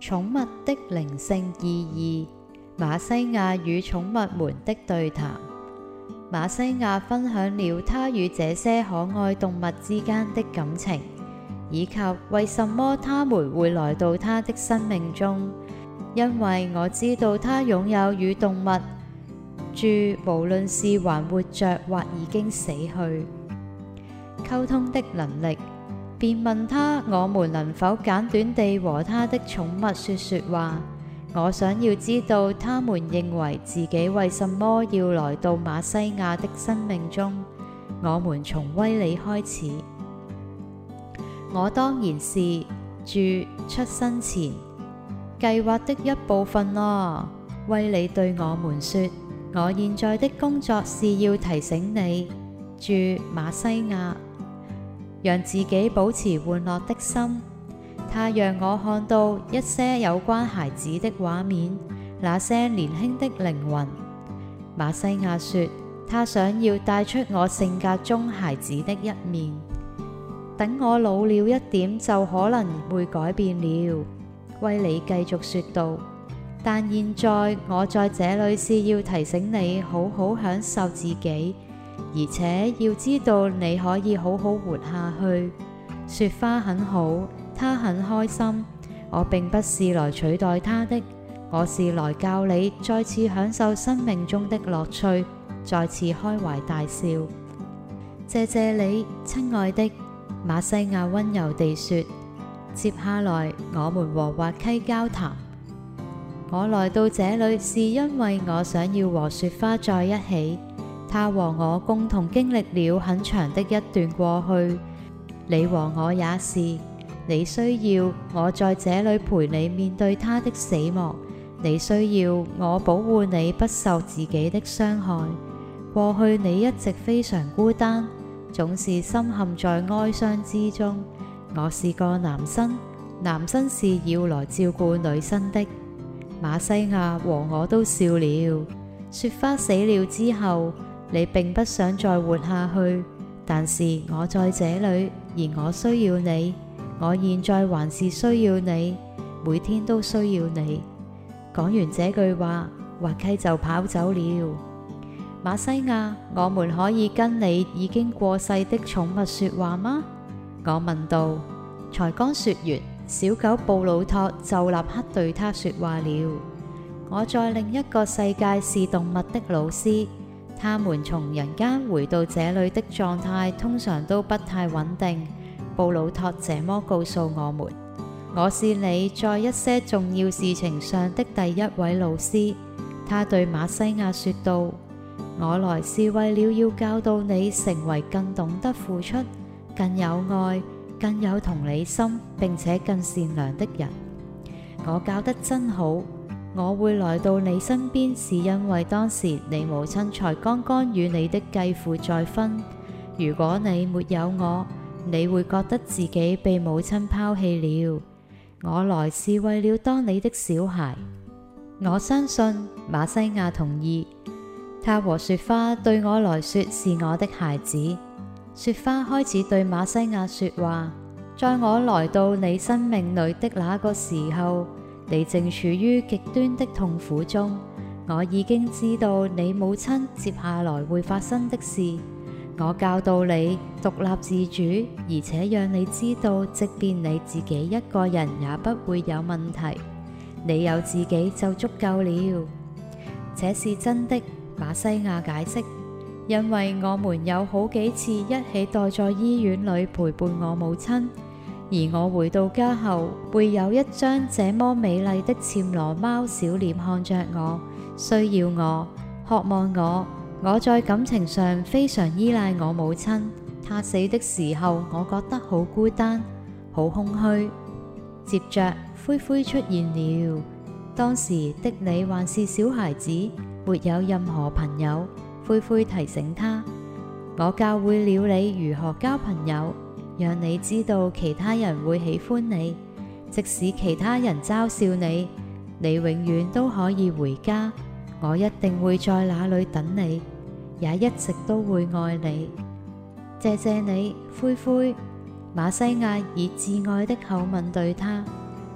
寵物的靈性意義，馬西亞與寵物們的對談。馬西亞分享了他與這些可愛動物之間的感情，以及為什麼他們會來到他的生命中。因為我知道他擁有與動物住，無論是還活着或已經死去，溝通的能力，便問他我們能否簡短地和他的寵物說話。我想要知道他們認為自己為什麼要來到馬西亞的生命中。我們從威利開始。我當然是住出生前計劃的一部分咯。威利對我們說，我現在的工作是要提醒你住馬西亞，讓自己保持玩樂的心。他讓我看到一些有關孩子的畫面，那些年輕的靈魂。馬西亞說，他想要帶出我性格中孩子的一面。等我老了一點，就可能會改變了。威利繼續說道，但現在我在這裏是要提醒你好好享受自己，而且要知道你可以好好活下去。雪花很好，他很開心。我並不是來取代他的，我是來教你再次享受生命中的樂趣，再次開懷大笑。謝謝你，親愛的，馬西亞溫柔地說。接下來我們和滑溪交談。我來到這裏是因為我想要和雪花在一起，他和我共同經歷了很長的一段過去。你和我也是，你需要我在這裏陪你面對他的死亡，你需要我保護你不受自己的傷害。過去你一直非常孤單，總是深陷在哀傷之中。我是個男生，男生是要來照顧女生的。馬西亞和我都笑了。雪花死了之後，你並不想再活下去，但是我在這裏，而我需要你。我現在還是需要你，每天都需要你。講完這句話，滑溪就跑走了。馬西亞，我們可以跟你已經過世的寵物說話嗎？我問道。才剛說完，小狗布魯托就立刻對他說話了。我在另一個世界是動物的老師，他們從人間回到這裏的狀態通常都不太穩定。布魯托這麼告訴我們。我是你在一些重要事情上的第一位老師，他對馬西亞說道。我來是為了要教導你成為更懂得付出、更有愛、更有同理心並且更善良的人。我教得真好。我會來到你身邊是因為當時你母親才剛剛與你的繼父再婚。如果你沒有我，你會覺得自己被母親拋棄了。我來是為了當你的小孩。我相信馬西亞同意。他和雪花對我來說是我的孩子。雪花開始對馬西亞說話。在我來到你生命裏的那個時候，你正處於極端的痛苦中。我已經知道你母親接下來會發生的事。我教導你獨立自主，而且讓你知道，即便你自己一個人也不會有問題。你有自己就足夠了。這是真的，馬西亞解釋。因為我們有好幾次一起待在醫院裏陪伴我母親，而我回到家後，會有一張這麼美麗的暹羅貓小臉看着我，需要我，渴望我。我在感情上非常依賴我母親，她死的時候，我覺得好孤單，好空虛。接着，灰灰出現了，當時的你還是小孩子，沒有任何朋友。灰灰提醒他，我教會了你如何交朋友，讓你知道其他人會喜歡你，即使其他人嘲笑你，你永遠都可以回家。我一定會在那裏等你，也一直都會愛你。謝謝你，灰灰。馬西亞以摯愛的口吻對他，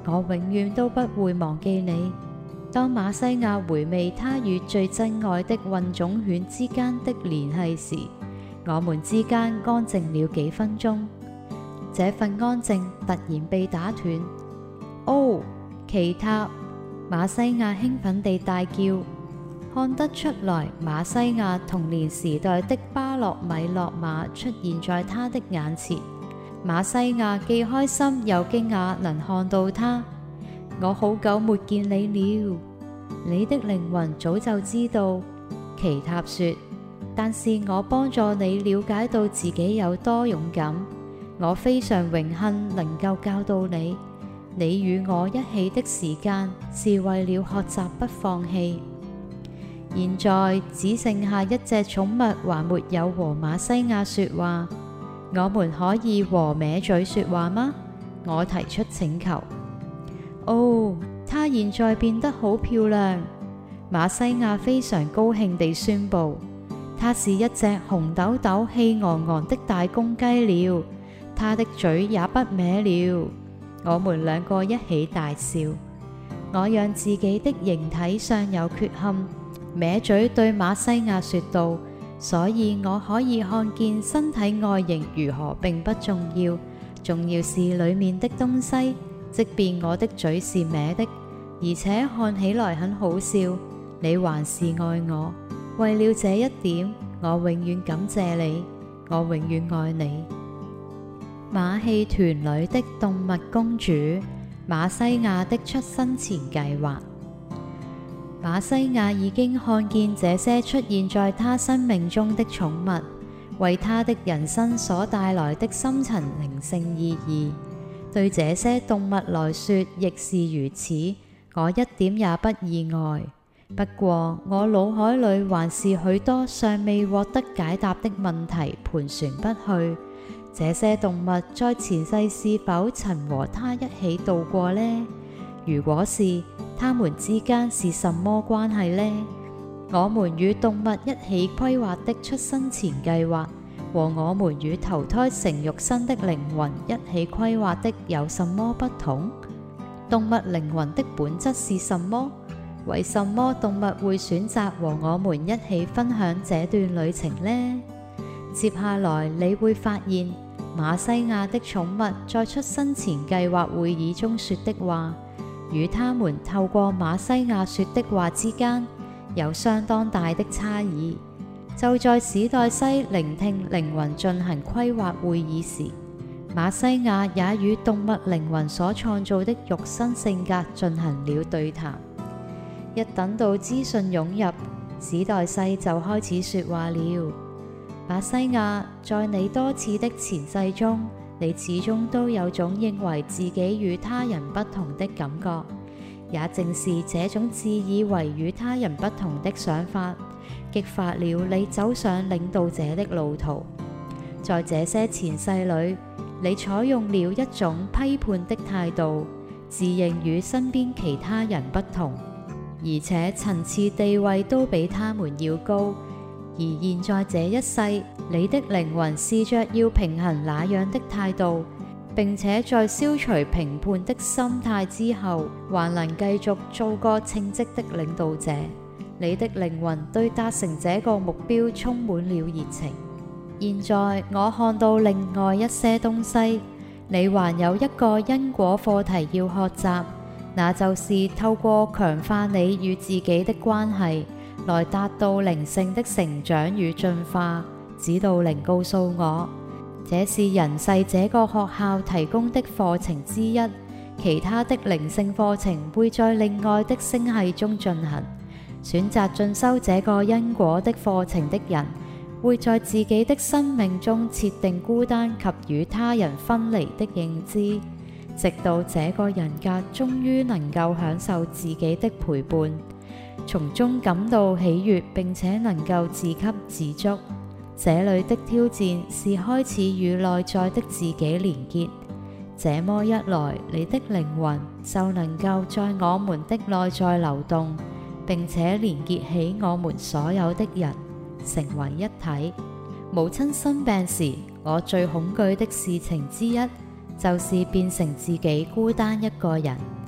我永遠都不會忘記你。當馬西亞回味他與最珍愛的混種犬之間的聯繫時，我們之間安靜了幾分鐘。這份安靜突然被打斷。哦，奇塔！馬西亞興奮地大叫。看得出來，馬西亞童年時代的巴洛米洛馬出現在他的眼前。馬西亞既開心又驚訝能看到他。我好久沒見你了，你的靈魂早就知道，奇塔說，但是我幫助你了解到自己有多勇敢。我非常榮幸能夠教導你，你與我一起的時間是為了學習不放棄。現在只剩下一隻寵物還沒有和馬西亞說話，我們可以和歪嘴說話嗎？我提出請求。哦，她現在變得好漂亮，馬西亞非常高興地宣布。她是一隻紅豆豆氣昂昂的大公雞了，她的嘴也不歪了。我們兩個一起大笑。我讓自己的形體上有缺陷，歪嘴對馬西亞說道，所以我可以看見身體外形如何並不重要，重要是裡面的東西。即便我的嘴是歪的，而且看起來很好笑，你還是愛我。為了這一點，我永遠感謝你，我永遠愛你。馬戲團裏的動物公主馬西亞的出生前計劃。馬西亞已經看見這些出現在他生命中的寵物為他的人生所帶來的深層靈性意義。對這些動物來說亦是如此，我一點也不意外。不過我腦海裏還是許多尚未獲得解答的問題盤旋不去。這些動物在前世是否曾和他一起度過呢？如果是，他們之間是什麼關係呢？我們與動物一起規劃的出生前計劃和我們與投胎成肉身的靈魂一起規劃的有什麼不同？動物靈魂的本質是什麼？為什麼動物會選擇和我們一起分享這段旅程呢？接下來你會發現，馬西亞的寵物在出生前計劃會議中說的話，與他們透過馬西亞說的話之間有相當大的差異。就在史黛西聆聽靈魂進行規劃會議時，馬西亞也與動物靈魂所創造的肉身性格進行了對談。一等到資訊湧入，史黛西就開始說話了。馬西亞，在你多次的前世中，你始終都有種認為自己與他人不同的感覺，也正是這種自以為與他人不同的想法激發了你走上領導者的路途。在這些前世裏，你採用了一種批判的態度，自認與身邊其他人不同，而且層次地位都比他們要高。而現在這一世，你的靈魂試着要平衡那樣的態度，並且在消除評判的心態之後，還能繼續做個稱職的領導者。你的靈魂對達成這個目標充滿了熱情。現在我看到另外一些東西，你還有一個因果課題要學習，那就是透過強化你與自己的關係，來達到靈性的成長與進化。指導靈告訴我，這是人世這個學校提供的課程之一，其他的靈性課程會在另外的星系中進行。選擇進修這個因果的課程的人，會在自己的生命中設定孤單及與他人分離的認知，直到這個人格終於能夠享受自己的陪伴，從中感到喜悅，並且能夠自給自足。這裡的挑戰是開始與內在的自己連結，這麼一來，你的靈魂就能夠在我們的內在流動，並且連結起我們所有的人，成為一體。母親生病時，我最恐懼的事情之一，就是變成自己孤單一個人。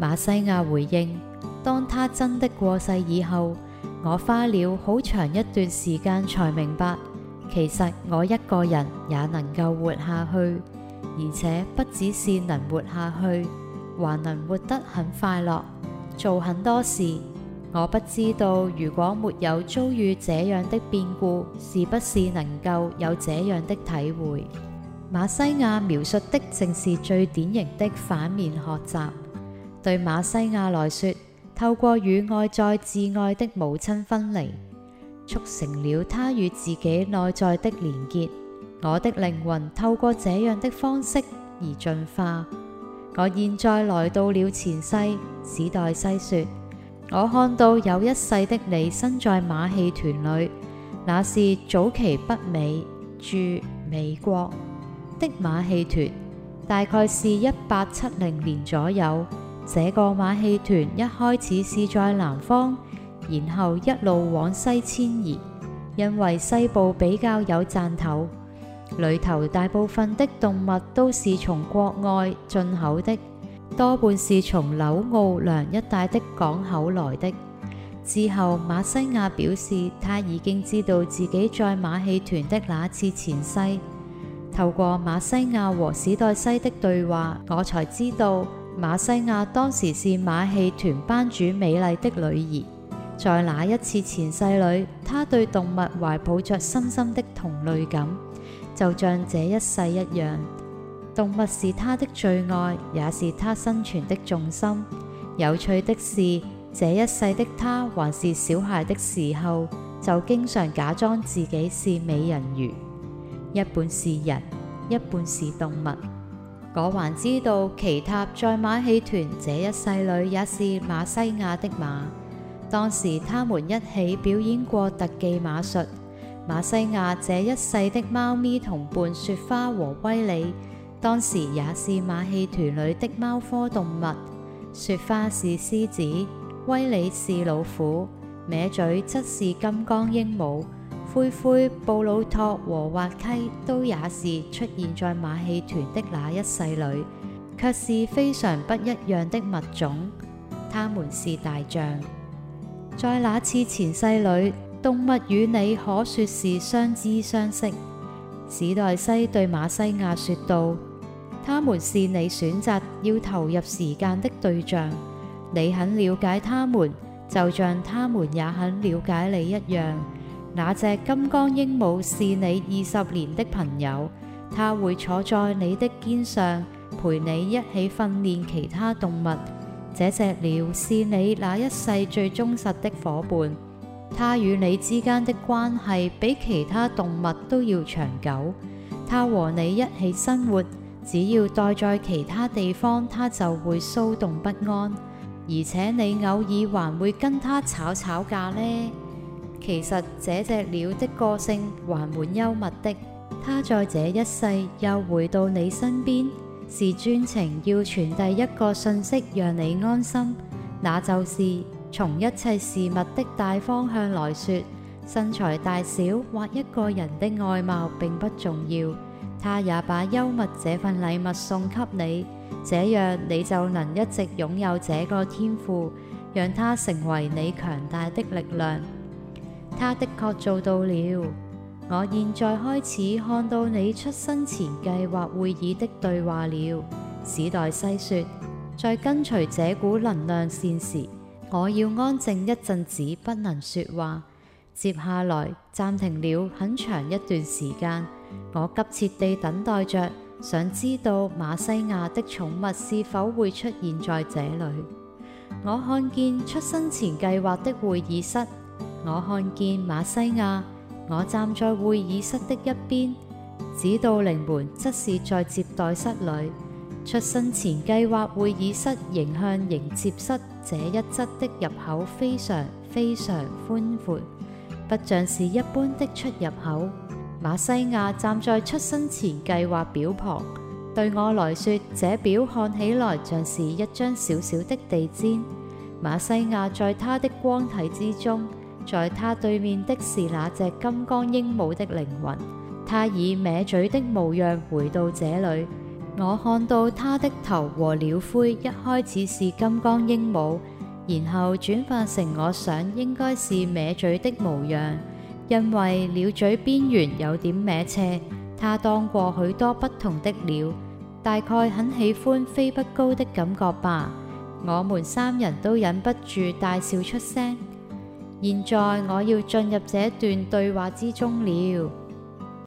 馬西亞回應：當他真的過世以後，我花了好長一段時間才明白，其實我一個人也能夠活下去，而且不只是能活下去，還能活得很快樂，做很多事。我不知道如果沒有遭遇這樣的變故，是不是能夠有這樣的體會。馬西亞描述的正是最典型的反面學習。對馬西亞來說，透過與外在至愛的母親分離，促成了他與自己內在的連結。我的靈魂透過這樣的方式而進化。我現在來到了前世，史代西說，我看到有一世的你身在馬戲團裏，那是早期北美駐美國的馬戲團，大概是1870年左右。這個馬戲團一開始是在南方，然後一路往西遷移，因為西部比較有賺頭。裏頭大部分的動物都是從國外進口的，多半是從紐奧良一帶的港口來的。之後馬西亞表示，他已經知道自己在馬戲團的那次前世。透過馬西亞和史代西的對話，我才知道馬西亞當時是馬戲團班主美麗的女兒。在那一次前世裏，他對動物懷抱着深深的同類感，就像這一世一樣。動物是他的最愛，也是他生存的重心。有趣的是，這一世的他還是小孩的時候，就經常假裝自己是美人魚，一半是人，一半是動物。我還知道奇塔在馬戲團這一世裏也是馬西亞的馬，當時他們一起表演過特技馬術。馬西亞這一世的貓咪同伴雪花和威利，當時也是馬戲團裏的貓科動物。雪花是獅子，威利是老虎，歪嘴則是金剛鸚鵡。灰灰、布魯托和滑稽都也是出現在馬戲團的那一世裏，卻是非常不一樣的物種。他們是大象。在那次前世裏，動物與你可說是相知相識。史代西對馬西亞說道：他們是你選擇要投入時間的對象，你很了解他們，就像他們也很了解你一樣。那隻金剛鸚鵡是你20年的朋友，它會坐在你的肩上，陪你一起訓練其他動物。這隻鳥是你那一世最忠實的夥伴，它與你之間的關係比其他動物都要長久。它和你一起生活，只要待在其他地方，它就會騷動不安，而且你偶爾還會跟它吵吵架呢。其實這隻鳥的個性還蠻幽默的，它在這一世又回到你身邊，是專程要傳遞一個訊息讓你安心，那就是從一切事物的大方向來說，身材大小或一個人的外貌並不重要，它也把幽默這份禮物送給你，這樣你就能一直擁有這個天賦，讓它成為你強大的力量。他的確做到了。我現在開始看到你出生前計劃會議的對話了。史代西說，在跟隨這股能量線時，我要安靜一陣子，不能說話。接下來暫停了很長一段時間，我急切地等待着，想知道馬西亞的寵物是否會出現在這裡。我看見出生前計劃的會議室。我看見馬西亞，我站在會議室的一邊，指導靈門則是在接待室裡。出生前計劃會議室迎向迎接室這一側的入口非常非常寬闊，不像是一般的出入口。馬西亞站在出生前計劃表旁，對我來說，這表看起來像是一張小小的地氈。馬西亞在他的光體之中。在他對面的是那隻金剛鸚鵡的靈魂，他以歪嘴的模樣回到這裡， 我看到他的頭和鳥灰一開始是金剛鸚鵡，然後轉化成我想應該是歪嘴的模樣，因為鳥嘴邊緣有點歪斜。他當過許多不同的鳥，大概很喜歡飛不高的感覺吧。我們三人都忍不住大笑出聲。現在我要進入這段對話之中了。